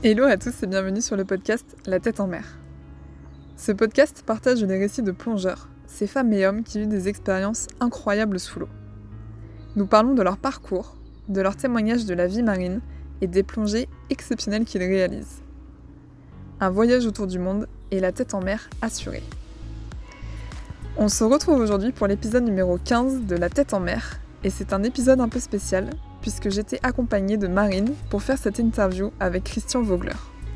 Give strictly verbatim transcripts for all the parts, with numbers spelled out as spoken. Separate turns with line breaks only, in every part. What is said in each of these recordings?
Hello à tous et bienvenue sur le podcast La tête en mer. Ce podcast partage les récits de plongeurs, ces femmes et hommes qui vivent des expériences incroyables sous l'eau. Nous parlons de leur parcours, de leurs témoignages de la vie marine et des plongées exceptionnelles qu'ils réalisent. Un voyage autour du monde et la tête en mer assurée. On se retrouve aujourd'hui pour l'épisode numéro quinze de La tête en mer et c'est un épisode un peu spécial puisque j'étais accompagnée de Marine pour faire cette interview avec Christian Vogler.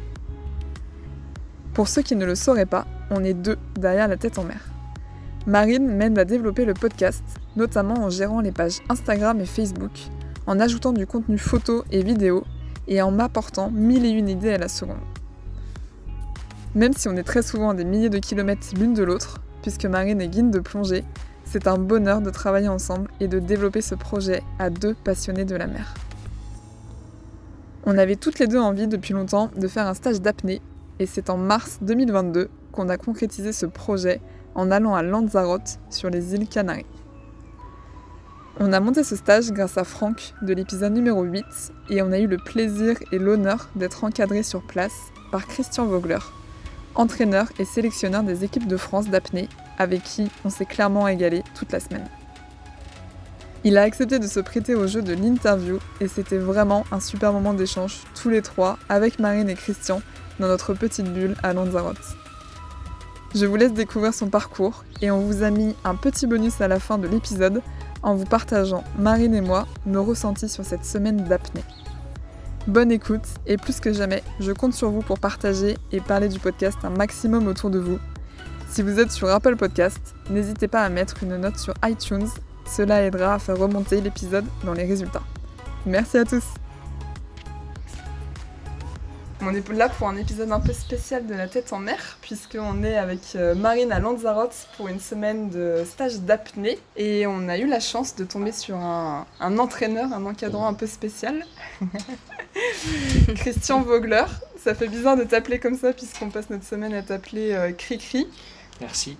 Pour ceux qui ne le sauraient pas, on est deux derrière La tête en mer. Marine m'aide à développer le podcast, notamment en gérant les pages Instagram et Facebook, en ajoutant du contenu photo et vidéo et en m'apportant mille et une idées à la seconde. Même si on est très souvent à des milliers de kilomètres l'une de l'autre, puisque Marine est guide de plongée, c'est un bonheur de travailler ensemble et de développer ce projet à deux passionnés de la mer. On avait toutes les deux envie depuis longtemps de faire un stage d'apnée et c'est en mars deux mille vingt-deux qu'on a concrétisé ce projet en allant à Lanzarote sur les îles Canaries. On a monté ce stage grâce à Franck de l'épisode numéro huit et on a eu le plaisir et l'honneur d'être encadré sur place par Christian Vogler, entraîneur et sélectionneur des équipes de France d'apnée avec qui on s'est clairement régalé toute la semaine. Il a accepté de se prêter au jeu de l'interview et c'était vraiment un super moment d'échange tous les trois avec Marine et Christian dans notre petite bulle à Lanzarote. Je vous laisse découvrir son parcours et on vous a mis un petit bonus à la fin de l'épisode en vous partageant, Marine et moi, nos ressentis sur cette semaine d'apnée. Bonne écoute et plus que jamais, je compte sur vous pour partager et parler du podcast un maximum autour de vous. Si vous êtes sur Apple Podcast, n'hésitez pas à mettre une note sur iTunes, cela aidera à faire remonter l'épisode dans les résultats. Merci à tous. On est là pour un épisode un peu spécial de La tête en mer, puisqu'on est avec Marine à Lanzarote pour une semaine de stage d'apnée. Et on a eu la chance de tomber sur un, un entraîneur, un encadrant un peu spécial. Christian Vogler. Ça fait bizarre de t'appeler comme ça, puisqu'on passe notre semaine à t'appeler euh, Cri-Cri.
Merci.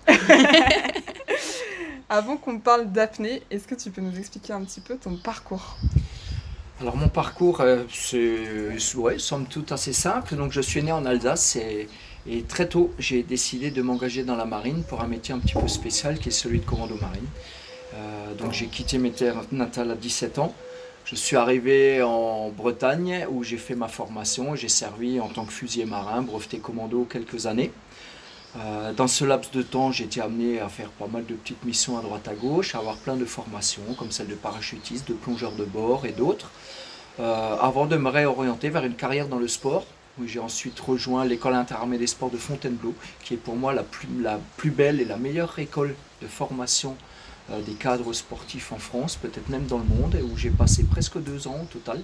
Avant qu'on parle d'apnée, est-ce que tu peux nous expliquer un petit peu ton parcours ?
Alors mon parcours, euh, c'est ouais, somme toute assez simple. Donc je suis né en Alsace et, et très tôt j'ai décidé de m'engager dans la marine pour un métier un petit peu spécial qui est celui de commando marine. Euh, donc j'ai quitté mes terres natales à dix-sept ans. Je suis arrivé en Bretagne où j'ai fait ma formation. J'ai servi en tant que fusilier marin, breveté commando quelques années. Euh, dans ce laps de temps, j'ai été amené à faire pas mal de petites missions à droite à gauche, à avoir plein de formations comme celle de parachutiste, de plongeur de bord et d'autres, euh, avant de me réorienter vers une carrière dans le sport, où j'ai ensuite rejoint l'école interarmée des sports de Fontainebleau, qui est pour moi la plus, la plus belle et la meilleure école de formation euh, des cadres sportifs en France, peut-être même dans le monde, et où j'ai passé presque deux ans au total.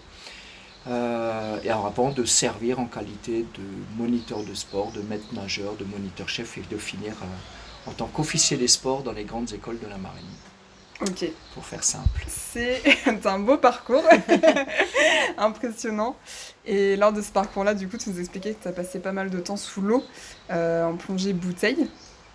Euh, et avant de servir en qualité de moniteur de sport, de maître nageur, de moniteur chef et de finir euh, en tant qu'officier des sports dans les grandes écoles de la marine.
Ok.
Pour faire simple.
C'est un beau parcours, impressionnant. Et lors de ce parcours-là, du coup, tu nous expliquais que tu as passé pas mal de temps sous l'eau, euh, en plongée bouteille.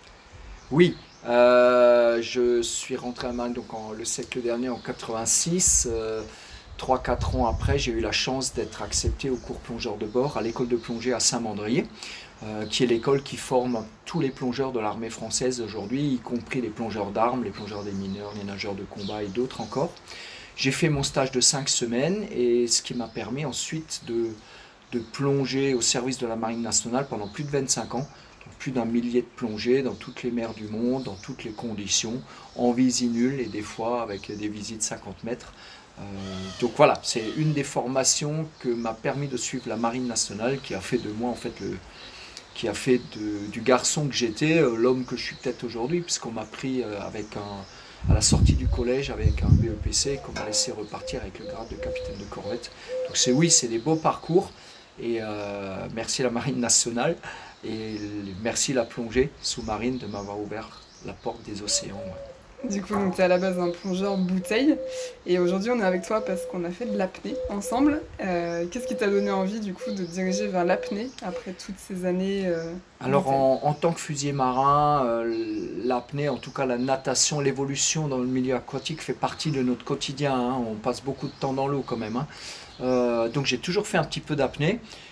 Oui, euh, je suis rentré à Marine donc en, le siècle dernier en quatre-vingt-six. Euh, trois quatre ans après, j'ai eu la chance d'être accepté au cours plongeur de bord à l'école de plongée à Saint-Mandrier, euh, qui est l'école qui forme tous les plongeurs de l'armée française aujourd'hui, y compris les plongeurs d'armes, les plongeurs des mineurs, les nageurs de combat et d'autres encore. J'ai fait mon stage de cinq semaines et ce qui m'a permis ensuite de, de plonger au service de la Marine nationale pendant plus de vingt-cinq ans, donc plus d'un millier de plongées dans toutes les mers du monde, dans toutes les conditions, en visi nulle et des fois avec des visites cinquante mètres. Euh, donc voilà, c'est une des formations que m'a permis de suivre la Marine nationale, qui a fait de moi en fait le, qui a fait de, du garçon que j'étais euh, l'homme que je suis peut-être aujourd'hui, puisqu'on m'a pris euh, avec un, à la sortie du collège avec un B E P C, qu'on m'a laissé repartir avec le grade de capitaine de corvette. Donc c'est oui, c'est des beaux parcours et euh, merci la Marine nationale et merci la plongée sous-marine de m'avoir ouvert la porte des océans. Ouais.
Du coup, tu es à la base un plongeur bouteille et aujourd'hui on est avec toi parce qu'on a fait de l'apnée ensemble. Euh, qu'est-ce qui t'a donné envie du coup de te diriger vers l'apnée après toutes ces années euh,
Alors en, en tant que fusilier marin, euh, l'apnée, en tout cas la natation, l'évolution dans le milieu aquatique fait partie de notre quotidien, hein. On passe beaucoup de temps dans l'eau quand même, hein. Euh, donc j'ai toujours fait un petit peu d'apnée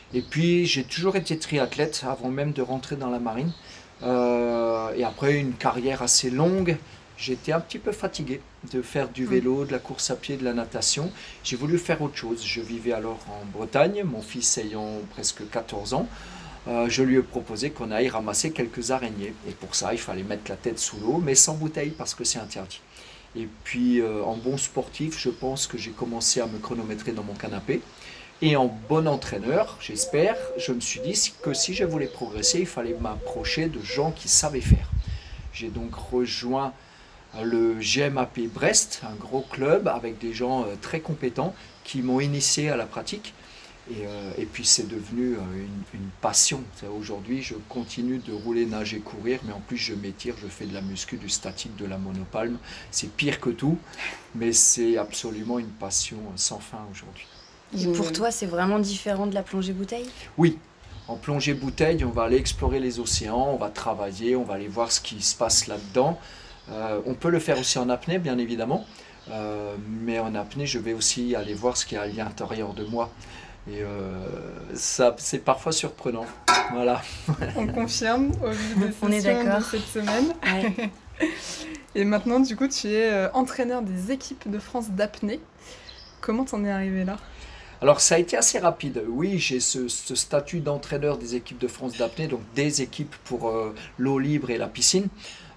Et puis j'ai toujours été triathlète avant même de rentrer dans la marine. Euh, et après une carrière assez longue, j'étais un petit peu fatigué de faire du vélo, de la course à pied, de la natation. J'ai voulu faire autre chose. Je vivais alors en Bretagne, mon fils ayant presque quatorze ans. Euh, je lui ai proposé qu'on aille ramasser quelques araignées. Et pour ça, il fallait mettre la tête sous l'eau, mais sans bouteille parce que c'est interdit. Et puis, euh, en bon sportif, je pense que j'ai commencé à me chronométrer dans mon canapé. Et en bon entraîneur, j'espère, je me suis dit que si je voulais progresser, il fallait m'approcher de gens qui savaient faire. J'ai donc rejoint le G M A P Brest, un gros club avec des gens euh, très compétents qui m'ont initié à la pratique. Et, euh, et puis c'est devenu euh, une, une passion. Aujourd'hui, je continue de rouler, nager, courir, mais en plus je m'étire, je fais de la muscu, du statique, de la monopalme. C'est pire que tout, mais c'est absolument une passion sans fin aujourd'hui.
Et pour toi, c'est vraiment différent de la plongée bouteille ?
Oui. En plongée bouteille, on va aller explorer les océans, on va travailler, on va aller voir ce qui se passe là-dedans. Euh, on peut le faire aussi en apnée, bien évidemment, euh, mais en apnée, je vais aussi aller voir ce qu'il y a à l'intérieur de moi. Et euh, ça, c'est parfois surprenant. Voilà.
On confirme au vu des
On est
sessions
d'accord.
de cette semaine.
Ouais.
Et maintenant, du coup, tu es euh, entraîneur des équipes de France d'apnée. Comment t'en es arrivé là ?
Alors ça a été assez rapide. Oui, j'ai ce, ce statut d'entraîneur des équipes de France d'apnée, donc des équipes pour euh, l'eau libre et la piscine.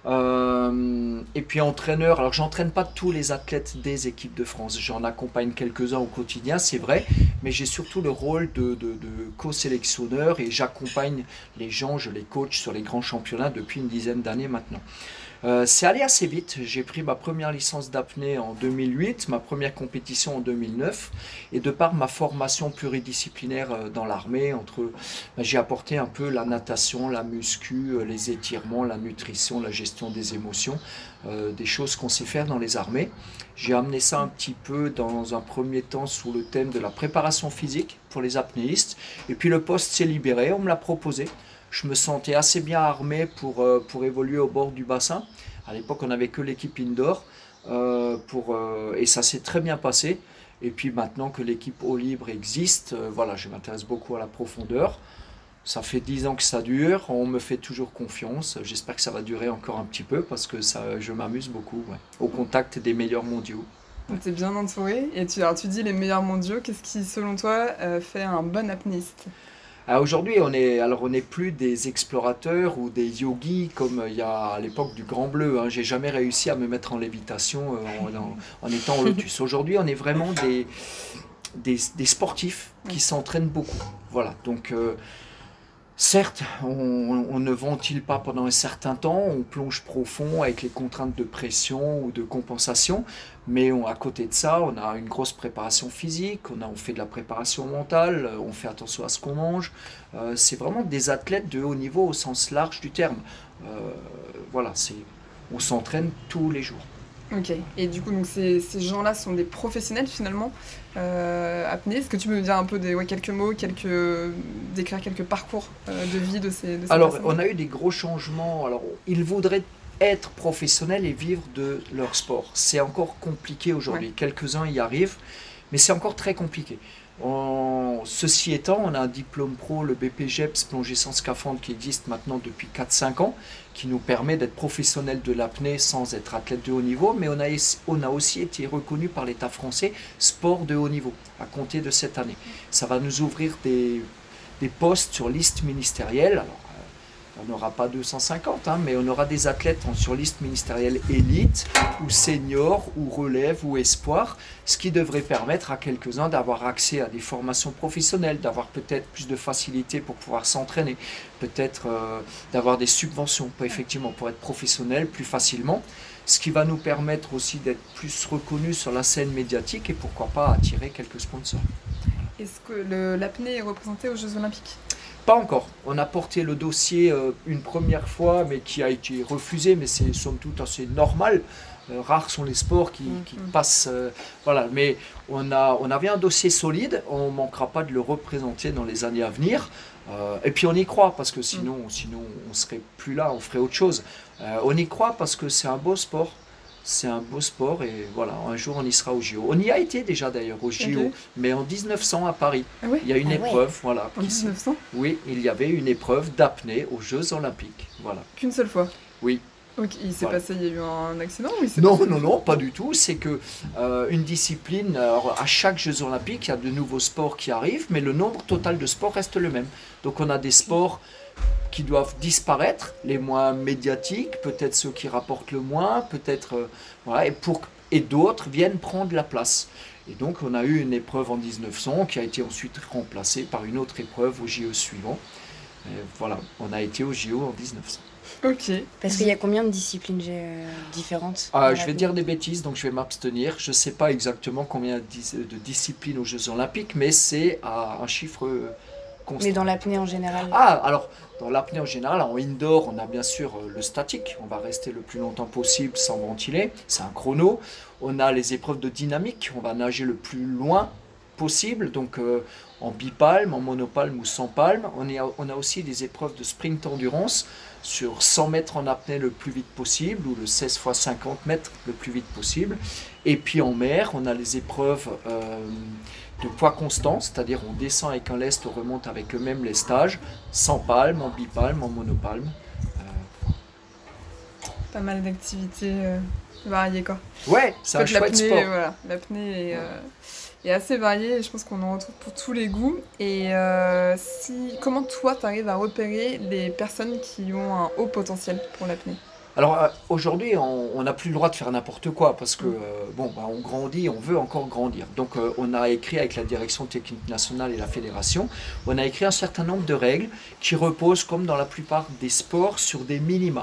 Euh, et puis entraîneur, alors j'entraîne pas tous les athlètes des équipes de France, j'en accompagne quelques-uns au quotidien, c'est vrai, mais j'ai surtout le rôle de, de, de co-sélectionneur et j'accompagne les gens, je les coach sur les grands championnats depuis une dizaine d'années maintenant. Euh, c'est allé assez vite, j'ai pris ma première licence d'apnée en deux mille huit, ma première compétition en deux mille neuf, et de par ma formation pluridisciplinaire euh, dans l'armée, entre, ben, j'ai apporté un peu la natation, la muscu, euh, les étirements, la nutrition, la gestion des émotions, euh, des choses qu'on sait faire dans les armées. J'ai amené ça un petit peu dans un premier temps sous le thème de la préparation physique pour les apnéistes, et puis le poste s'est libéré, on me l'a proposé. Je me sentais assez bien armé pour, euh, pour évoluer au bord du bassin. À l'époque, on n'avait que l'équipe indoor euh, pour, euh, et ça s'est très bien passé. Et puis maintenant que l'équipe eau libre existe, euh, voilà, je m'intéresse beaucoup à la profondeur. Ça fait dix ans que ça dure, on me fait toujours confiance. J'espère que ça va durer encore un petit peu parce que ça, je m'amuse beaucoup, ouais, au contact des meilleurs mondiaux.
Tu es bien entouré. Et tu, alors, tu dis les meilleurs mondiaux. Qu'est-ce qui, selon toi, euh, fait un bon apnéiste ?
Alors aujourd'hui, on est, alors on n'est plus des explorateurs ou des yogis comme il y a à l'époque du Grand Bleu. Hein. J'ai jamais réussi à me mettre en lévitation euh, en, en, en étant en lotus. Aujourd'hui, on est vraiment des, des, des sportifs qui s'entraînent beaucoup. Voilà. Donc, euh, certes, on, on ne ventile pas pendant un certain temps, on plonge profond avec les contraintes de pression ou de compensation, mais on, à côté de ça, on a une grosse préparation physique, on, a, on fait de la préparation mentale, on fait attention à ce qu'on mange. Euh, c'est vraiment des athlètes de haut niveau au sens large du terme. Euh, voilà, c'est, on s'entraîne tous les jours.
Ok, et du coup, donc ces, ces gens-là sont des professionnels finalement, euh, apnée. Est-ce que tu peux me dire un peu des, ouais, quelques mots, quelques, décrire quelques parcours euh, de vie de ces, de ces
Alors,
personnes ?
on a eu des gros changements. Alors, ils voudraient être professionnels et vivre de leur sport. C'est encore compliqué aujourd'hui. Ouais. Quelques-uns y arrivent, mais c'est encore très compliqué. En... Ceci étant, on a un diplôme pro, le B P G E P S plongée sans scaphandre, qui existe maintenant depuis quatre cinq ans, qui nous permet d'être professionnels de l'apnée sans être athlète de haut niveau, mais on a, on a aussi été reconnu par l'État français sport de haut niveau à compter de cette année. Ça va nous ouvrir des, des postes sur liste ministérielle. Alors, on n'aura pas deux cent cinquante, hein, mais on aura des athlètes sur liste ministérielle élite, ou senior, ou relève, ou espoir, ce qui devrait permettre à quelques-uns d'avoir accès à des formations professionnelles, d'avoir peut-être plus de facilité pour pouvoir s'entraîner, peut-être euh, d'avoir des subventions pour, effectivement, pour être professionnel plus facilement, ce qui va nous permettre aussi d'être plus reconnus sur la scène médiatique et pourquoi pas attirer quelques sponsors.
Est-ce que le, l'apnée est représentée aux Jeux Olympiques ?
Pas encore. On a porté le dossier euh, une première fois, mais qui a été refusé, mais c'est somme toute assez normal. Euh, rares sont les sports qui, qui mmh. passent. Euh, voilà. Mais on, a, on avait un dossier solide, on ne manquera pas de le représenter dans les années à venir. Euh, et puis on y croit, parce que sinon, mmh. sinon on ne serait plus là, on ferait autre chose. Euh, on y croit parce que c'est un beau sport. c'est un beau sport et voilà, un jour on y sera au J O. On y a été déjà d'ailleurs au J O,
Ok.
mais en dix-neuf cents à Paris.
Ah ouais.
Il y a une
Ah ouais.
épreuve, voilà.
En
qui s'est-
dix-neuf cents.
Oui, il y avait une épreuve d'apnée aux Jeux Olympiques. Voilà.
Qu'une seule fois.
Oui.
Ok. Il s'est
Voilà.
passé, il y a eu un accident ou il s'est
Non,
passé
non,
quelque
non,
chose
pas du tout. C'est que euh, une discipline, alors, à chaque Jeux Olympiques, il y a de nouveaux sports qui arrivent, mais le nombre total de sports reste le même. Donc on a des sports qui doivent disparaître, les moins médiatiques, peut-être ceux qui rapportent le moins, peut-être euh, voilà, et pour et d'autres viennent prendre la place. Et donc on a eu une épreuve en dix-neuf cents qui a été ensuite remplacée par une autre épreuve au J O suivant. Et voilà, on a été au J O en dix-neuf cents.
Ok.
Parce qu'il y a combien de disciplines euh, différentes
Ah,
dans
je vais
l'apnée
dire des bêtises, donc je vais m'abstenir. Je ne sais pas exactement combien de dis- de disciplines aux Jeux Olympiques, mais c'est à un chiffre euh, constant.
Mais dans l'apnée en général.
Ah, alors, dans l'apnée en général, en indoor, on a bien sûr euh, le statique. On va rester le plus longtemps possible sans ventiler. C'est un chrono. On a les épreuves de dynamique. On va nager le plus loin possible, donc euh, en bipalme, en monopalme ou sans palme. On, est, on a aussi des épreuves de sprint endurance sur cent mètres en apnée le plus vite possible ou le seize fois cinquante mètres le plus vite possible. Et puis en mer, on a les épreuves euh, de poids constant, c'est-à-dire on descend avec un lest, on remonte avec le même lestage, sans palme, en bipalme, en monopalme. Euh,
Pas mal d'activités euh, variées quoi.
ouais, c'est
En
un
fait,
chouette
l'apnée,
sport.
euh, voilà, l'apnée est, euh, est assez variée et je pense qu'on en retrouve pour tous les goûts. Et euh, si, comment toi, tu arrives à repérer les personnes qui ont un haut potentiel pour l'apnée?
Alors euh, aujourd'hui, on n'a plus le droit de faire n'importe quoi parce que euh, bon, bah, on grandit, on veut encore grandir. Donc euh, on a écrit avec la direction technique nationale et la fédération, on a écrit un certain nombre de règles qui reposent, comme dans la plupart des sports, sur des minima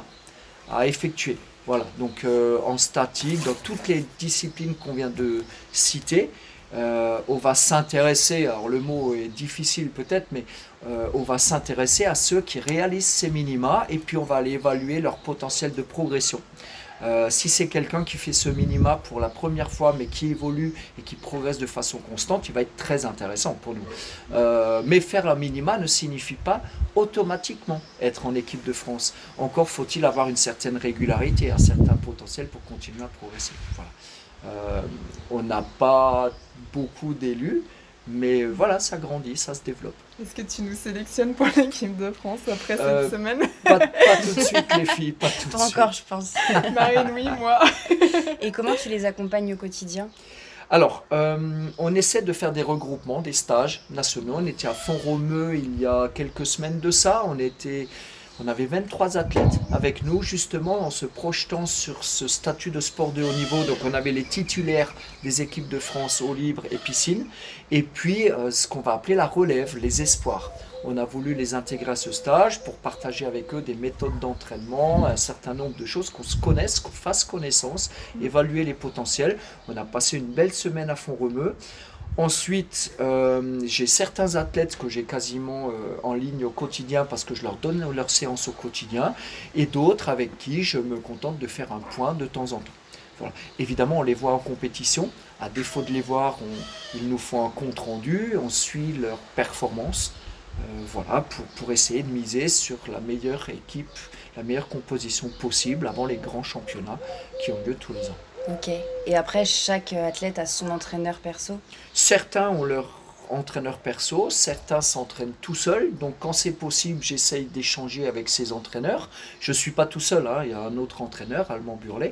à effectuer. Voilà, donc euh, en statique, dans toutes les disciplines qu'on vient de citer, euh, on va s'intéresser, alors le mot est difficile peut-être, mais euh, on va s'intéresser à ceux qui réalisent ces minima et puis on va aller évaluer leur potentiel de progression. Euh, si c'est quelqu'un qui fait ce minima pour la première fois mais qui évolue et qui progresse de façon constante, il va être très intéressant pour nous. Euh, mais faire un minima ne signifie pas automatiquement être en équipe de France. Encore faut-il avoir une certaine régularité, un certain potentiel pour continuer à progresser. Voilà. Euh, on n'a pas beaucoup d'élus, mais voilà, ça grandit, ça se développe.
Est-ce que tu nous sélectionnes pour l'équipe de France après
Euh,
cette semaine?
Pas, pas tout de suite les filles, pas tout de
Pas
suite.
encore, je pense.
Marine, oui, moi.
Et comment tu les accompagnes au quotidien?
Alors, euh, on essaie de faire des regroupements, des stages nationaux. On était à Font-Romeu il y a quelques semaines de ça. On était, on avait vingt-trois athlètes avec nous, justement, en se projetant sur ce statut de sport de haut niveau. Donc, on avait les titulaires des équipes de France eau libre et piscine. Et puis, euh, ce qu'on va appeler la relève, les espoirs. On a voulu les intégrer à ce stage pour partager avec eux des méthodes d'entraînement, un certain nombre de choses, qu'on se connaisse, qu'on fasse connaissance, évaluer les potentiels. On a passé une belle semaine à Font-Romeu. Ensuite, euh, j'ai certains athlètes que j'ai quasiment euh, en ligne au quotidien parce que je leur donne leur séance au quotidien et d'autres avec qui je me contente de faire un point de temps en temps. Voilà. Évidemment, on les voit en compétition. À défaut de les voir, on, ils nous font un compte rendu, on suit leur performance. Euh, voilà, pour, pour essayer de miser sur la meilleure équipe, la meilleure composition possible avant les grands championnats qui ont lieu tous les ans.
Ok. Et après, chaque athlète a son entraîneur perso?
Certains ont leur entraîneur perso, certains s'entraînent tout seuls, donc quand c'est possible, j'essaye d'échanger avec ces entraîneurs. Je ne suis pas tout seul, hein, il y a un autre entraîneur, Allemand Burlet.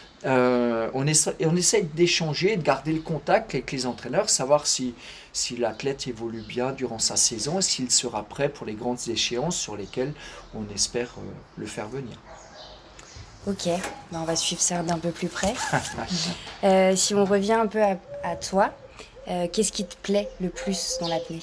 Euh, on, essa- et on essaye d'échanger, de garder le contact avec les entraîneurs, savoir si, si l'athlète évolue bien durant sa saison et s'il sera prêt pour les grandes échéances sur lesquelles on espère euh, le faire venir.
Ok, ben, on va suivre ça d'un peu plus près. Euh, si on revient un peu à, à toi, euh, qu'est-ce qui te plaît le plus dans l'apnée?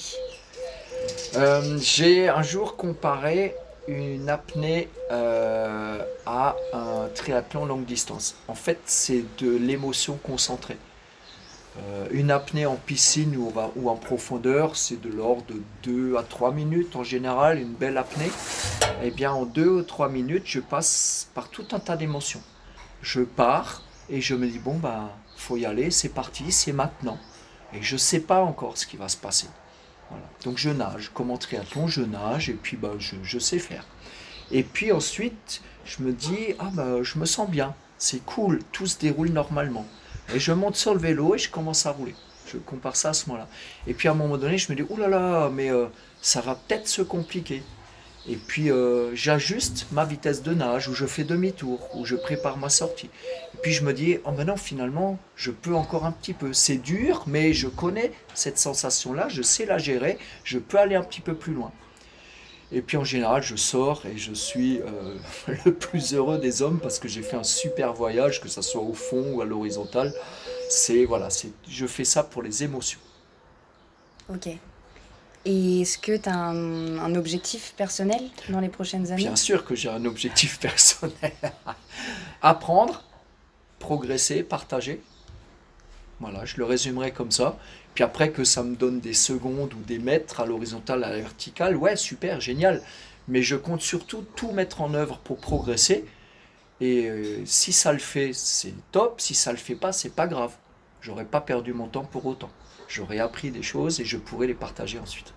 Euh, j'ai un jour comparé une apnée euh, à un triathlon longue distance. En fait, c'est de l'émotion concentrée. Euh, une apnée en piscine ou, on va- ou en profondeur, c'est de l'ordre de deux à trois minutes en général, une belle apnée. Eh bien, en deux ou trois minutes, je passe par tout un tas d'émotions. Je pars et je me dis, bon, ben, faut y aller, c'est parti, c'est maintenant. Et je ne sais pas encore ce qui va se passer. Voilà. Donc je nage, comme en triathlon, je nage et puis ben, je, je sais faire. Et puis ensuite, je me dis, ah ben, je me sens bien, c'est cool, tout se déroule normalement. Et je monte sur le vélo et je commence à rouler. Je compare ça à ce moment-là. Et puis à un moment donné, je me dis, oulala, là là, mais euh, ça va peut-être se compliquer. Et puis euh, j'ajuste ma vitesse de nage, ou je fais demi-tour, ou je prépare ma sortie. Et puis je me dis, oh ben non, finalement, je peux encore un petit peu. C'est dur, mais je connais cette sensation-là, je sais la gérer, je peux aller un petit peu plus loin. Et puis en général, je sors et je suis euh, le plus heureux des hommes parce que j'ai fait un super voyage, que ce soit au fond ou à l'horizontale. C'est, voilà, c'est, je fais ça pour les émotions.
Ok. Et est-ce que tu as un, un objectif personnel dans les prochaines années?
Bien sûr que j'ai un objectif personnel. Apprendre, progresser, partager. Voilà, je le résumerai comme ça. Puis après que ça me donne des secondes ou des mètres à l'horizontale, à la verticale, ouais, super, génial. Mais je compte surtout tout mettre en œuvre pour progresser. Et euh, si ça le fait, c'est top. Si ça le fait pas, c'est pas grave. J'aurais pas perdu mon temps pour autant. J'aurais appris des choses et je pourrais les partager ensuite.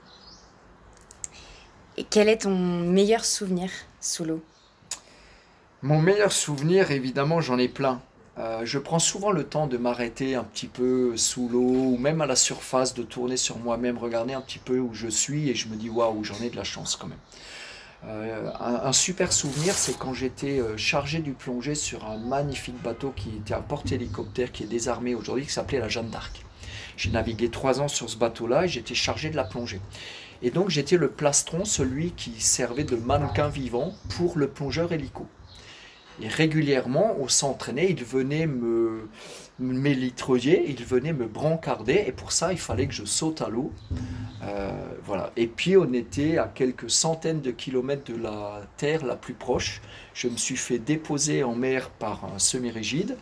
Et quel est ton meilleur souvenir sous l'eau?
Mon meilleur souvenir, évidemment, j'en ai plein. Euh, je prends souvent le temps de m'arrêter un petit peu sous l'eau ou même à la surface, de tourner sur moi-même, regarder un petit peu où je suis et je me dis waouh, j'en ai de la chance quand même. Euh, un, un super souvenir, c'est quand j'étais euh, chargé du plongée sur un magnifique bateau qui était un porte-hélicoptère qui est désarmé aujourd'hui, qui s'appelait la Jeanne d'Arc. J'ai navigué trois ans sur ce bateau-là et j'étais chargé de la plongée. Et donc j'étais le plastron, celui qui servait de mannequin vivant pour le plongeur hélico. Et régulièrement, on s'entraînait, il venait me m'élitroyer, il venait me brancarder, et pour ça, il fallait que je saute à l'eau. Euh, voilà. Et puis, on était à quelques centaines de kilomètres de la terre la plus proche. Je me suis fait déposer en mer par un semi-rigide,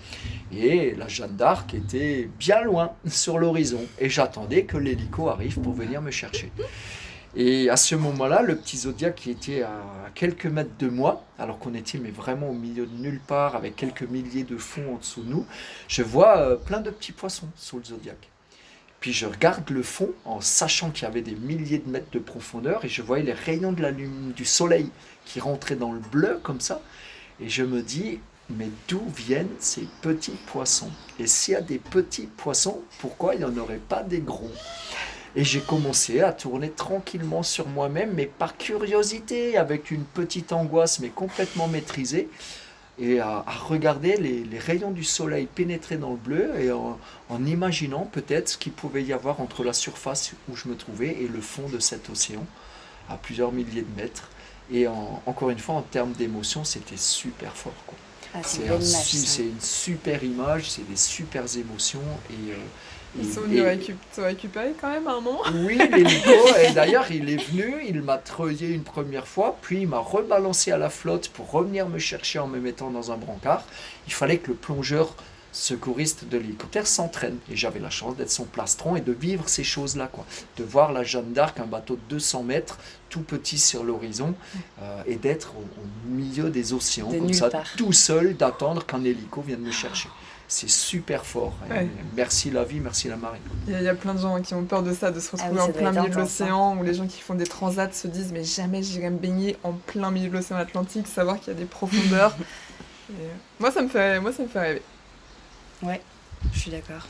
et la Jeanne d'Arc était bien loin sur l'horizon. Et j'attendais que l'hélico arrive pour venir me chercher. Et à ce moment-là, le petit Zodiac qui était à quelques mètres de moi, alors qu'on était mais vraiment au milieu de nulle part, avec quelques milliers de fonds en dessous de nous, je vois euh, plein de petits poissons sous le Zodiac. Puis je regarde le fond en sachant qu'il y avait des milliers de mètres de profondeur et je voyais les rayons de la lune, du soleil qui rentraient dans le bleu comme ça. Et je me dis, mais d'où viennent ces petits poissons? Et s'il y a des petits poissons, pourquoi il n'y en aurait pas des gros? Et j'ai commencé à tourner tranquillement sur moi-même, mais par curiosité, avec une petite angoisse, mais complètement maîtrisée, et à, à regarder les, les rayons du soleil pénétrer dans le bleu, et en, en imaginant peut-être ce qu'il pouvait y avoir entre la surface où je me trouvais et le fond de cet océan, à plusieurs milliers de mètres. Et en, encore une fois, en termes d'émotion, c'était super fort, quoi.
Ah, c'est,
c'est,
une
un,
image,
c'est une super image, c'est des super émotions, et... Euh,
Ils sont venus récup- te récupérer quand même à un moment.
Oui, l'hélico, et d'ailleurs il est venu, il m'a treuillé une première fois, puis il m'a rebalancé à la flotte pour revenir me chercher en me mettant dans un brancard. Il fallait que le plongeur secouriste de l'hélicoptère s'entraîne, et j'avais la chance d'être son plastron et de vivre ces choses-là, quoi. De voir la Jeanne d'Arc, un bateau de deux cents mètres, tout petit sur l'horizon, euh, et d'être au, au milieu des océans,
de
comme ça,
part.
tout seul, d'attendre qu'un hélico vienne me chercher. C'est super fort.
Ouais.
Merci la vie, merci la marée.
Il y, a, il y a plein de gens qui ont peur de ça, de se retrouver
ah oui,
en plein milieu de
intense,
l'océan, ou les gens qui font des transats se disent mais jamais j'irai me baigner en plein milieu de l'océan Atlantique, savoir qu'il y a des profondeurs. Et, euh, moi, ça me fait, moi, ça me fait rêver.
Ouais, je suis d'accord.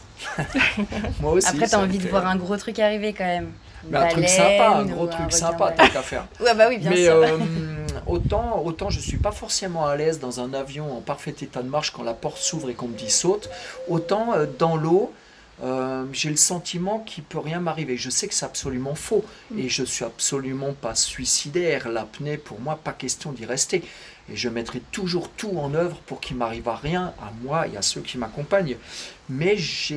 Moi aussi.
Après, t'as envie
fait...
de voir un gros truc arriver quand même.
Mais un truc sympa, un gros truc sympa, tant qu'à faire.
Ouais, bah oui, bien
Mais
sûr.
euh, autant, autant je ne suis pas forcément à l'aise dans un avion en parfait état de marche quand la porte s'ouvre et qu'on me dit saute, autant euh, dans l'eau, euh, j'ai le sentiment qu'il ne peut rien m'arriver. Je sais que c'est absolument faux et je ne suis absolument pas suicidaire. L'apnée, pour moi, pas question d'y rester. Et je mettrai toujours tout en œuvre pour qu'il ne m'arrive à rien, à moi et à ceux qui m'accompagnent. Mais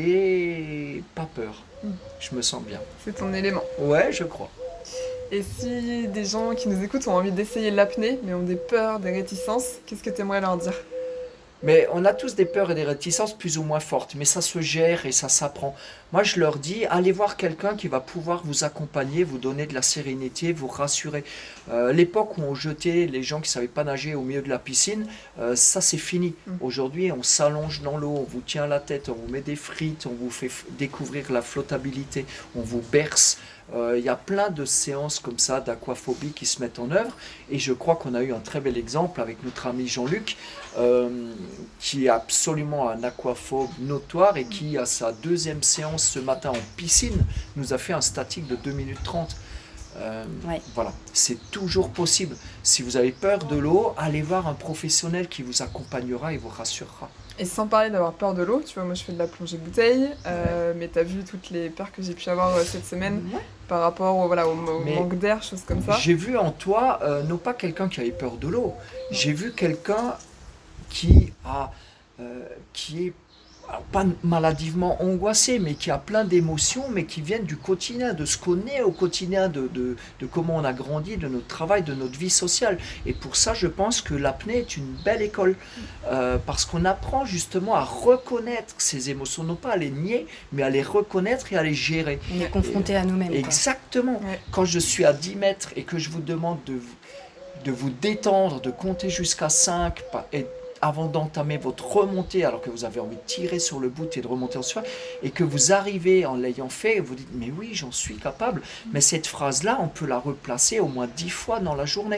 j'ai pas peur. Je me sens bien.
C'est ton élément.
Ouais, je crois.
Et si des gens qui nous écoutent ont envie d'essayer l'apnée, mais ont des peurs, des réticences, qu'est-ce que tu aimerais leur dire ?
Mais on a tous des peurs et des réticences plus ou moins fortes, mais ça se gère et ça s'apprend. Moi, je leur dis, allez voir quelqu'un qui va pouvoir vous accompagner, vous donner de la sérénité, vous rassurer. Euh, l'époque où on jetait les gens qui ne savaient pas nager au milieu de la piscine, euh, ça c'est fini. Mmh. Aujourd'hui, on s'allonge dans l'eau, on vous tient la tête, on vous met des frites, on vous fait f- découvrir la flottabilité, on vous berce. Euh, Il y a plein de séances comme ça d'aquaphobie qui se mettent en œuvre. Et je crois qu'on a eu un très bel exemple avec notre ami Jean-Luc, euh, qui est absolument un aquaphobe notoire et qui, à sa deuxième séance ce matin en piscine, nous a fait un statique de deux minutes trente. Euh,
Ouais.
Voilà, c'est toujours possible. Si vous avez peur de l'eau, allez voir un professionnel qui vous accompagnera et vous rassurera.
Et sans parler d'avoir peur de l'eau, tu vois, moi je fais de la plongée bouteille, euh, mais t'as vu toutes les peurs que j'ai pu avoir euh, cette semaine
Ouais.
par rapport au, voilà, au, au
Mais
manque d'air, choses comme ça.
J'ai vu en toi, euh, non pas quelqu'un qui avait peur de l'eau, j'ai vu quelqu'un qui a, euh, qui est alors, pas maladivement angoissé, mais qui a plein d'émotions, mais qui viennent du quotidien, de ce qu'on est au quotidien, de, de, de comment on a grandi, de notre travail, de notre vie sociale. Et pour ça, je pense que l'apnée est une belle école, euh, parce qu'on apprend justement à reconnaître ces émotions, non pas à les nier, mais à les reconnaître et à les gérer.
On est confronté à nous-mêmes. quoi.
Exactement.
Ouais.
Quand je suis à dix mètres et que je vous demande de, vous- de vous détendre, de compter jusqu'à cinq pa- et avant d'entamer votre remontée, alors que vous avez envie de tirer sur le bout et de remonter en soi, et que vous arrivez en l'ayant fait, et vous dites, mais oui, j'en suis capable. Mais cette phrase-là, on peut la replacer au moins dix fois dans la journée.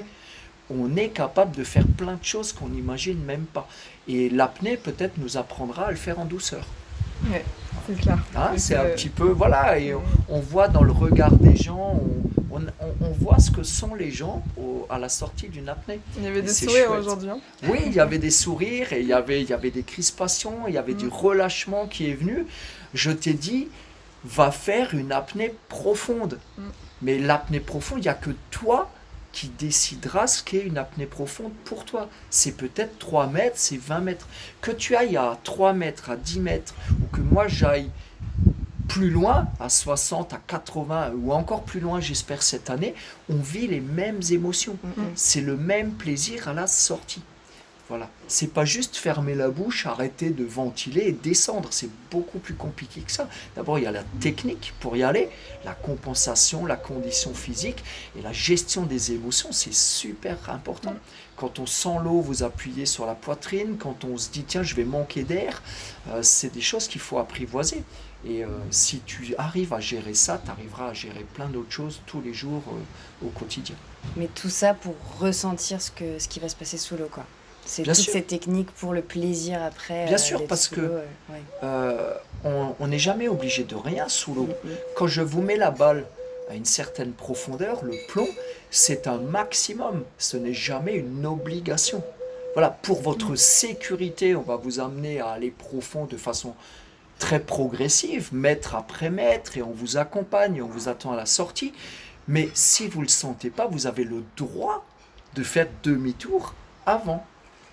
On est capable de faire plein de choses qu'on n'imagine même pas. Et l'apnée, peut-être, nous apprendra à le faire en douceur.
Ouais, c'est clair.
Hein,
Et
c'est un petit peu, voilà, et on, on voit dans le regard des gens, on, on, on- on voit ce que sont les gens au- à la sortie d'une apnée.
Il y avait des
C'est
sourires
chouette.
aujourd'hui. Hein.
Oui, il y avait des sourires, et il y avait, il y avait des crispations, il y avait
Mm.
du relâchement qui est venu. Je t'ai dit, va faire une apnée profonde.
Mm.
Mais l'apnée profonde, il n'y a que toi qui décideras ce qu'est une apnée profonde pour toi. C'est peut-être trois mètres, c'est vingt mètres. Que tu ailles à trois mètres, à dix mètres, ou que moi j'aille plus loin, à soixante, à quatre-vingts, ou encore plus loin, j'espère cette année, on vit les mêmes émotions.
Mm, mm.
C'est le même plaisir à la sortie. Voilà. C'est pas juste fermer la bouche, arrêter de ventiler et descendre. C'est beaucoup plus compliqué que ça. D'abord, il y a la technique pour y aller, la compensation, la condition physique et la gestion des émotions. C'est super important.
Mm.
Quand on sent l'eau vous appuyer sur la poitrine, quand on se dit tiens, je vais manquer d'air, euh, c'est des choses qu'il faut apprivoiser. Et euh, si tu arrives à gérer ça, tu arriveras à gérer plein d'autres choses tous les jours euh, au quotidien.
Mais tout ça pour ressentir ce, que, ce qui va se passer sous l'eau, quoi. C'est
Bien
toutes
sûr.
ces techniques pour le plaisir après.
Bien
euh,
sûr,
d'être
parce
sous
que-
l'eau, euh, ouais.
Euh, on on n'est jamais obligé de rien sous l'eau.
Mm, mm.
Quand je vous mets la balle à une certaine profondeur, le plomb, c'est un maximum. Ce n'est jamais une obligation. Voilà, pour votre sécurité, on va vous amener à aller profond de façon très progressive, mètre après mètre, et on vous accompagne, on vous attend à la sortie. Mais si vous ne le sentez pas, vous avez le droit de faire demi-tour avant.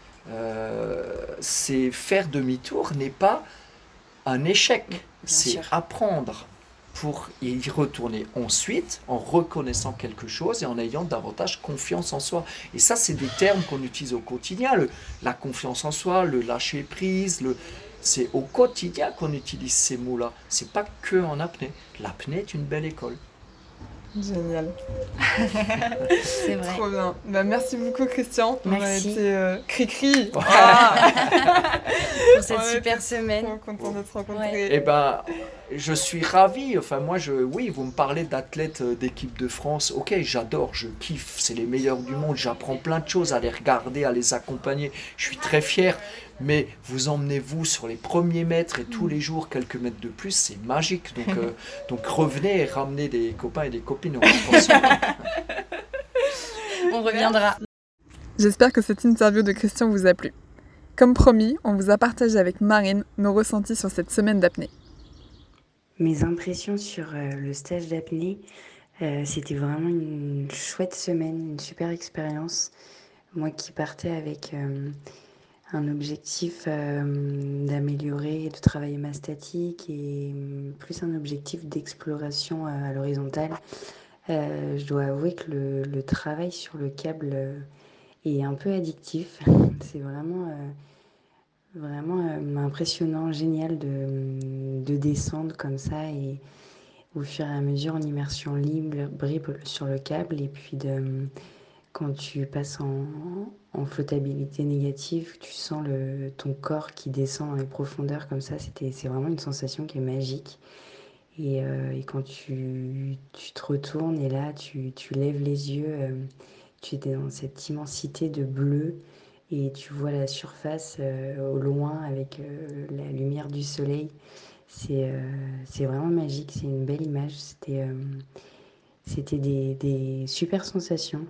Euh, c'est faire demi-tour n'est pas un échec, c'est
sûr.
apprendre pour y retourner ensuite en reconnaissant quelque chose et en ayant davantage confiance en soi. Et ça, c'est des termes qu'on utilise au quotidien, le, la confiance en soi, le lâcher prise, le, c'est au quotidien qu'on utilise ces mots-là. C'est pas que en apnée. L'apnée est une belle école.
Génial.
C'est vrai.
Trop bien. Bah, merci beaucoup, Christian. On a
Merci.
été euh, cri-cri. Ah,
Pour cette
Ouais,
super semaine.
trop content de te rencontrer.
Ouais.
Eh ben, je suis ravi. Enfin, moi, je, oui, vous me parlez d'athlètes euh, d'équipe de France. Ok, j'adore, je kiffe. C'est les meilleurs du monde. J'apprends plein de choses à les regarder, à les accompagner. Je suis très fier. Mais vous emmenez-vous sur les premiers mètres et tous les jours quelques mètres de plus, c'est magique. Donc, euh, donc revenez et ramenez des copains et des copines. On va penser.
On reviendra.
J'espère que cette interview de Christian vous a plu. Comme promis, on vous a partagé avec Marine nos ressentis sur cette semaine d'apnée.
Mes impressions sur euh, le stage d'apnée, euh, c'était vraiment une chouette semaine, une super expérience. Moi qui partais avec euh, un objectif euh, d'améliorer et de travailler ma statique et euh, plus un objectif d'exploration euh, à l'horizontale, euh, je dois avouer que le, le travail sur le câble euh, est un peu addictif. C'est vraiment... euh, Vraiment euh, impressionnant, génial de, de descendre comme ça et au fur et à mesure en immersion libre, libre sur le câble et puis de, quand tu passes en, en flottabilité négative, tu sens le, ton corps qui descend dans les profondeurs comme ça, c'était, c'est vraiment une sensation qui est magique Et, euh, et quand tu, tu te retournes et là, tu, tu lèves les yeux, euh, tu es dans cette immensité de bleu et tu vois la surface euh, au loin avec euh, la lumière du soleil. C'est, euh, c'est vraiment magique, c'est une belle image. C'était, euh, c'était des, des super sensations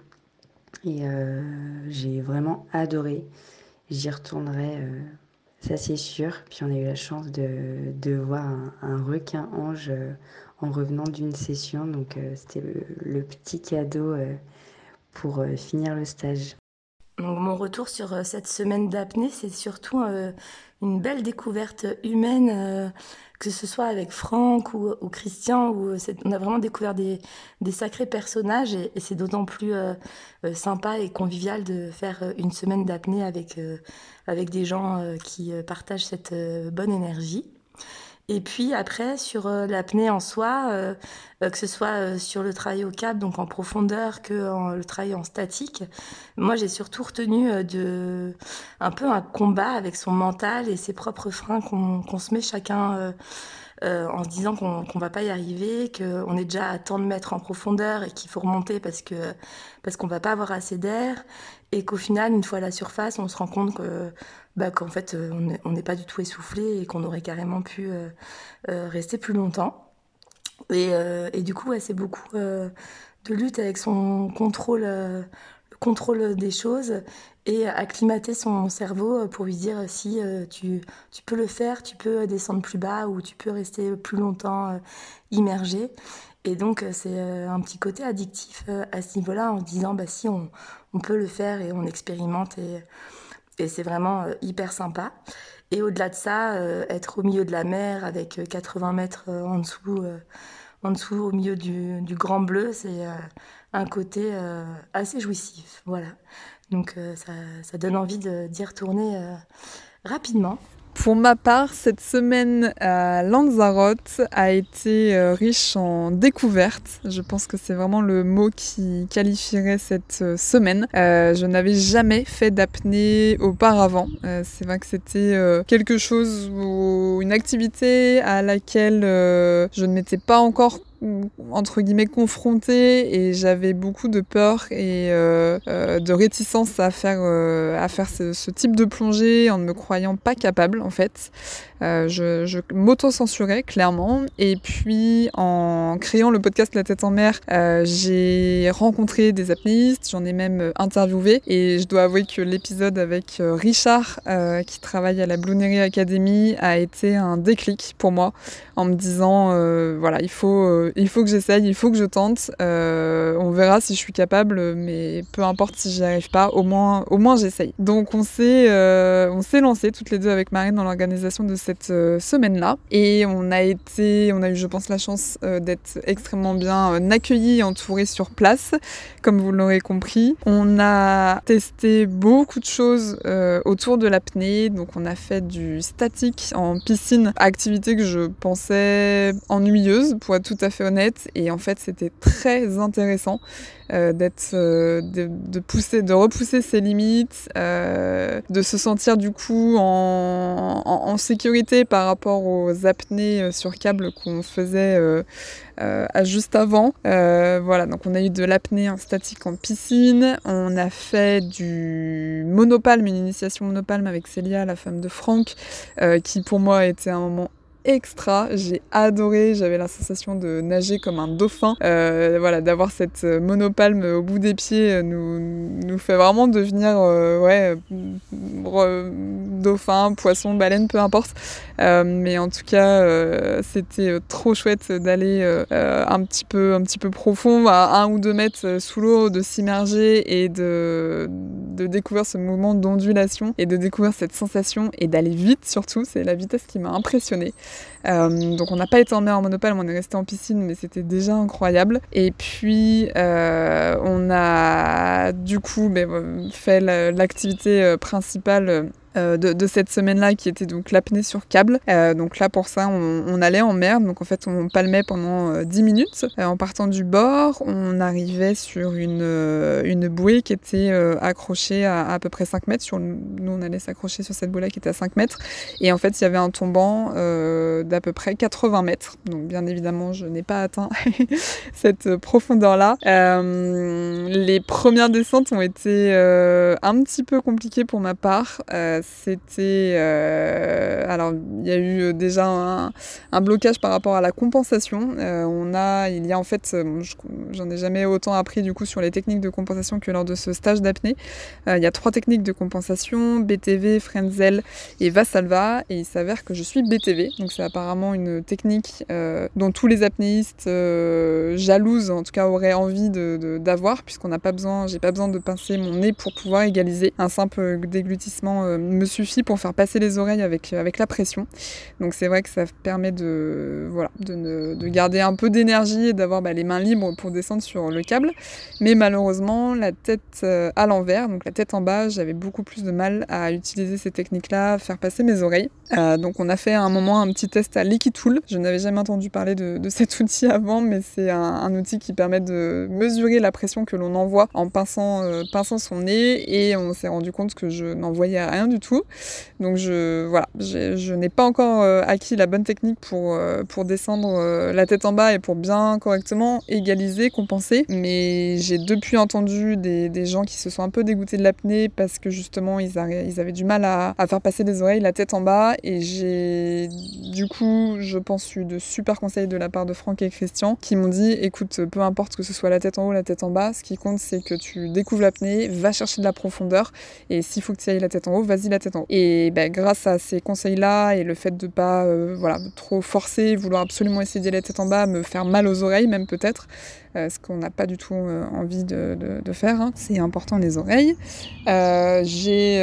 et euh, j'ai vraiment adoré. J'y retournerai, euh, ça c'est sûr. Puis on a eu la chance de, de voir un, un requin-ange euh, en revenant d'une session. Donc euh, c'était le, le petit cadeau euh, pour euh, finir le stage.
Donc mon retour sur euh, cette semaine d'apnée, c'est surtout euh, une belle découverte humaine, euh, que ce soit avec Franck ou, ou Christian, où euh, c'est- on a vraiment découvert des, des sacrés personnages et, et c'est d'autant plus euh, euh, sympa et convivial de faire euh, une semaine d'apnée avec, euh, avec des gens euh, qui euh, partagent cette euh, bonne énergie. Et puis après, sur euh, l'apnée en soi, euh, euh, que ce soit euh, sur le travail au cap, donc en profondeur, que en- le travail en statique, moi j'ai surtout retenu euh, de, un peu un combat avec son mental et ses propres freins qu'on qu'on se met chacun euh, euh, en se disant qu'on qu'on va pas y arriver, qu'on est déjà à tant de mètres en profondeur et qu'il faut remonter parce que parce qu'on va pas avoir assez d'air et qu'au final, une fois à la surface, on se rend compte que bah, qu'en fait, euh, on est- on n'est pas du tout essoufflé et qu'on aurait carrément pu euh, euh, rester plus longtemps. Et, euh, et du coup, ouais, c'est beaucoup euh, de lutte avec son contrôle, euh, le contrôle des choses et acclimater son cerveau pour lui dire si euh, tu, tu peux le faire, tu peux descendre plus bas ou tu peux rester plus longtemps euh, immergé. Et donc, euh, c'est euh, un petit côté addictif euh, à ce niveau-là en se disant bah, si on, on peut le faire et on expérimente et, et c'est vraiment euh, hyper sympa. Et au-delà de ça, euh, être au milieu de la mer avec euh, quatre-vingts mètres euh, en dessous, euh, en dessous, au milieu du, du Grand Bleu, c'est euh, un côté euh, assez jouissif. Voilà. Donc euh, ça, ça donne envie de, d'y retourner euh, rapidement.
Pour ma part, cette semaine à Lanzarote a été euh, riche en découvertes. Je pense que c'est vraiment le mot qui qualifierait cette euh, semaine. Euh, je n'avais jamais fait d'apnée auparavant. Euh, c'est vrai que c'était euh, quelque chose, ou une activité à laquelle euh, je ne m'étais pas encore entre guillemets confrontée et j'avais beaucoup de peur et euh, euh, de réticence à faire, euh, à faire ce, ce type de plongée en ne me croyant pas capable en fait. Euh, je, je m'auto-censurais clairement et puis en créant le podcast La Tête en Mer, euh, j'ai rencontré des apnéistes, j'en ai même interviewé et je dois avouer que l'épisode avec Richard euh, qui travaille à la Bloonery Academy a été un déclic pour moi en me disant euh, voilà il faut, euh, il faut que j'essaye, il faut que je tente, euh, on verra si je suis capable mais peu importe si j'y arrive pas, au moins, au moins j'essaye. Donc on s'est, euh, on s'est lancé toutes les deux avec Marine dans l'organisation de cette euh, semaine-là et on a été, on a eu je pense la chance euh, d'être extrêmement bien euh, accueillis, entourés sur place comme vous l'aurez compris. On a testé beaucoup de choses euh, autour de l'apnée, donc on a fait du statique en piscine, activité que je pensais ennuyeuse pour être tout à fait honnête et en fait c'était très intéressant euh, d'être, euh, de, de pousser, de repousser ses limites, euh, de se sentir du coup en, en, en sécurité par rapport aux apnées sur câble qu'on faisait euh, euh, juste avant. Euh, voilà, donc on a eu de l'apnée en statique en piscine, on a fait du monopalme, une initiation monopalme avec Célia, la femme de Franck, euh, qui pour moi a été un moment extra, j'ai adoré, j'avais la sensation de nager comme un dauphin, euh, voilà, d'avoir cette monopalme au bout des pieds nous, nous fait vraiment devenir euh, ouais, dauphin, poisson, baleine, peu importe, euh, mais en tout cas euh, c'était trop chouette d'aller euh, un petit peu, un petit peu profond, à un ou deux mètres sous l'eau, de s'immerger et de, de découvrir ce mouvement d'ondulation et de découvrir cette sensation et d'aller vite surtout, c'est la vitesse qui m'a impressionnée. Euh, donc on n'a pas été en mer en monopale, on est resté en piscine, mais c'était déjà incroyable. Et puis euh, on a du coup ben, fait l'activité principale euh, de, de cette semaine-là qui était donc l'apnée sur câble. Euh, donc là pour ça on, on allait en mer, donc en fait on palmait pendant euh, dix minutes. Euh, en partant du bord, on arrivait sur une, euh, une bouée qui était euh, accrochée à, à à peu près cinq mètres. Sur, nous on allait s'accrocher sur cette bouée-là qui était à cinq mètres. Et en fait il y avait un tombant euh, d'à peu près quatre-vingts mètres. Donc bien évidemment je n'ai pas atteint cette profondeur-là. Euh, les premières descentes ont été euh, un petit peu compliquées pour ma part. Euh, c'était... Euh, alors, il y a eu déjà un, un blocage par rapport à la compensation. Euh, on a... Il y a en fait... Je, j'en ai jamais autant appris du coup sur les techniques de compensation que lors de ce stage d'apnée. Euh, il y a trois techniques de compensation, B T V, Frenzel et Valsalva. Et il s'avère que je suis B T V. Donc c'est apparemment une technique euh, dont tous les apnéistes euh, jalouses, en tout cas, auraient envie de, de, d'avoir, puisqu'on n'a pas besoin... J'ai pas besoin de pincer mon nez pour pouvoir égaliser. Un simple déglutissement euh, me suffit pour faire passer les oreilles avec, avec la pression. Donc c'est vrai que ça permet de, voilà, de, ne, de garder un peu d'énergie et d'avoir bah, les mains libres pour descendre sur le câble. Mais malheureusement, la tête euh, à l'envers, donc la tête en bas, j'avais beaucoup plus de mal à utiliser ces techniques-là, à faire passer mes oreilles. Euh, donc on a fait à un moment un petit test à l'Equitool. Je n'avais jamais entendu parler de, de cet outil avant, mais c'est un, un outil qui permet de mesurer la pression que l'on envoie en pinçant, euh, pinçant son nez, et on s'est rendu compte que je n'envoyais rien du tout. Donc je, voilà, j'ai, je n'ai pas encore euh, acquis la bonne technique pour, euh, pour descendre euh, la tête en bas et pour bien correctement égaliser, compenser. Mais j'ai depuis entendu des, des gens qui se sont un peu dégoûtés de l'apnée parce que justement ils, arri- ils avaient du mal à, à faire passer les oreilles, la tête en bas. Et j'ai du coup, je pense, eu de super conseils de la part de Franck et Christian qui m'ont dit, écoute, peu importe que ce soit la tête en haut ou la tête en bas, ce qui compte c'est que tu découvres l'apnée, va chercher de la profondeur, et s'il faut que tu ailles la tête en haut, vas-y la tête en haut. Et bah, grâce à ces conseils-là et le fait de pas euh, voilà, trop forcer, vouloir absolument essayer d'y aller la tête en bas, me faire mal aux oreilles même peut-être, euh, ce qu'on n'a pas du tout euh, envie de, de, de faire, hein. C'est important les oreilles. Euh, j'ai,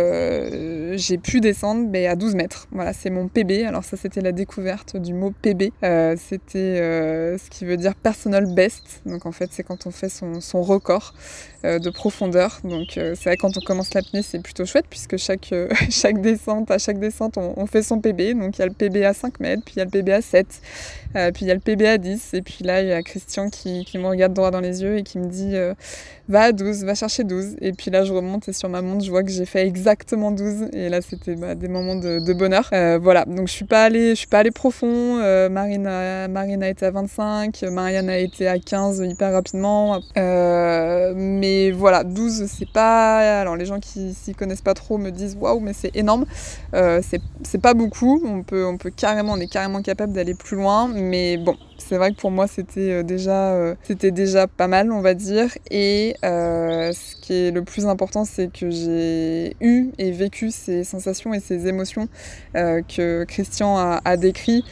euh, j'ai pu descendre mais à douze mètres. Voilà, c'est mon P B. Alors ça, c'était la découverte du mot P B. Euh, c'était euh, ce qui veut dire personal best. Donc en fait, c'est quand on fait son, son record euh, de profondeur. Donc euh, c'est vrai, quand on commence l'apnée, c'est plutôt chouette puisque chaque, euh, chaque descente, à chaque descente, on, on fait son P B. Donc il y a le P B à cinq mètres, puis il y a le P B à sept, euh, puis il y a le P B à dix. Et puis là, il y a Christian qui, qui me regarde droit dans les yeux et qui me dit euh, va à douze, va chercher douze. Et puis là, je remonte et sur ma montre, je vois que j'ai fait exactement douze. Et là, c'était bah, des moments de, de bonheur. Euh, voilà, donc je suis pas allée, je suis pas allée profond. Euh, Marine, a, Marine a été à vingt-cinq, Marianne a été à quinze hyper rapidement. Euh, mais voilà, douze, c'est pas... Alors les gens qui s'y connaissent pas trop me disent waouh, mais c'est énorme. Euh, c'est, c'est pas beaucoup. On peut, on peut carrément, on est carrément capable d'aller plus loin. Mais bon, c'est vrai que pour moi, c'était déjà, euh, c'était déjà pas mal, on va dire. Et euh, ce qui est le plus important, c'est que j'ai eu et vécu ces sensations et ces émotions euh, que Christian a, a décrit.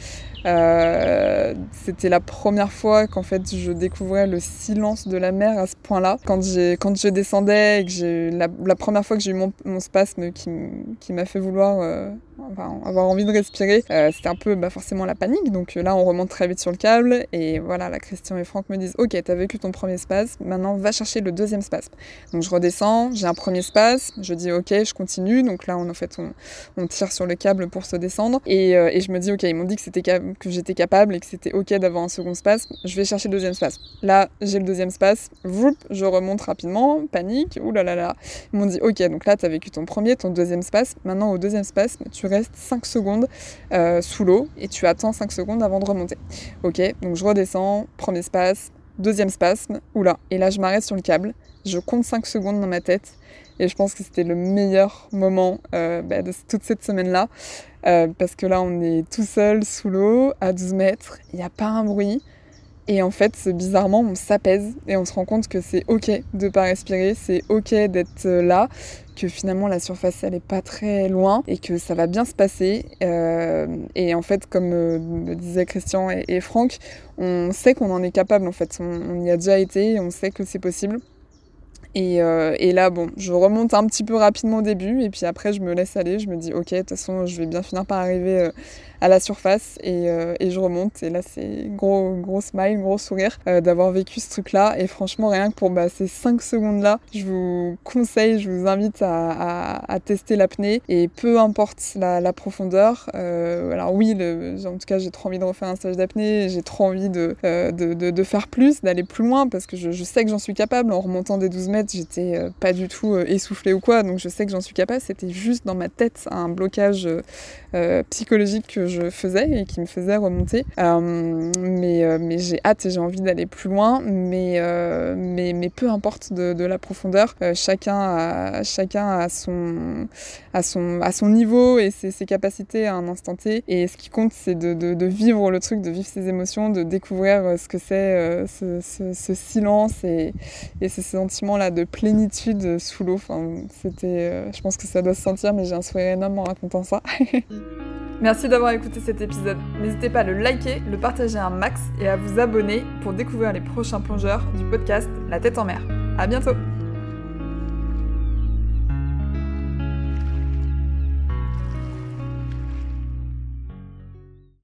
Euh, c'était la première fois qu'en fait je découvrais le silence de la mer à ce point-là. Quand, j'ai, quand je descendais et que j'ai la, la première fois que j'ai eu mon, mon spasme qui, qui m'a fait vouloir euh, enfin, avoir envie de respirer, euh, c'était un peu bah, forcément la panique. Donc là on remonte très vite sur le câble et voilà, là Christian et Franck me disent ok, t'as vécu ton premier spasme, maintenant va chercher le deuxième spasme. Donc je redescends, j'ai un premier spasme, je dis ok, je continue. Donc là on, en fait, on, on tire sur le câble pour se descendre et, euh, et je me dis ok, ils m'ont dit que c'était cap- que j'étais capable et que c'était ok d'avoir un second spasme, je vais chercher le deuxième spasme. Là, j'ai le deuxième spasme, voup, je remonte rapidement, panique, oulalalala. Ils m'ont dit ok, donc là, t'as vécu ton premier, ton deuxième spasme, maintenant au deuxième spasme, tu restes cinq secondes euh, sous l'eau et tu attends cinq secondes avant de remonter. Ok, donc je redescends, premier spasme, deuxième spasme, oula, et là je m'arrête sur le câble, je compte cinq secondes dans ma tête. Et je pense que c'était le meilleur moment euh, bah, de toute cette semaine-là. Euh, parce que là, on est tout seul sous l'eau, à douze mètres, il n'y a pas un bruit. Et en fait, bizarrement, on s'apaise et on se rend compte que c'est ok de ne pas respirer, c'est ok d'être là, que finalement la surface, elle n'est pas très loin et que ça va bien se passer. Euh, et en fait, comme euh, me disaient Christian et, et Franck, on sait qu'on en est capable. En fait, on, on y a déjà été et on sait que c'est possible. Et, euh, et là, bon, je remonte un petit peu rapidement au début, et puis après, je me laisse aller, je me dis, ok, de toute façon, je vais bien finir par arriver euh, à la surface et, euh, et je remonte. Et là, c'est gros, gros smile, gros sourire euh, d'avoir vécu ce truc-là. Et franchement, rien que pour bah, ces cinq secondes-là, je vous conseille, je vous invite à, à, à tester l'apnée. Et peu importe la, la profondeur, euh, alors oui, le, en tout cas, j'ai trop envie de refaire un stage d'apnée, j'ai trop envie de, euh, de, de, de faire plus, d'aller plus loin, parce que je, je sais que j'en suis capable. En remontant des douze mètres, j'étais euh, pas du tout euh, essoufflée ou quoi, donc je sais que j'en suis capable. C'était juste dans ma tête un blocage euh, psychologique que je faisais et qui me faisait remonter. Euh, mais, euh, mais j'ai hâte et j'ai envie d'aller plus loin, mais, euh, mais, mais peu importe de, de la profondeur, euh, chacun, a, chacun a, son, a, son, a son niveau et ses, ses capacités à un instant T. Et ce qui compte, c'est de, de, de vivre le truc, de vivre ses émotions, de découvrir ce que c'est euh, ce, ce, ce silence et, et ce sentiment-là de plénitude sous l'eau. Enfin, c'était, euh, je pense que ça doit se sentir, mais j'ai un sourire énorme en racontant ça. Merci d'avoir écouté cet épisode. N'hésitez pas à le liker, le partager un max et à vous abonner pour découvrir les prochains plongeurs du podcast La Tête en Mer. À bientôt!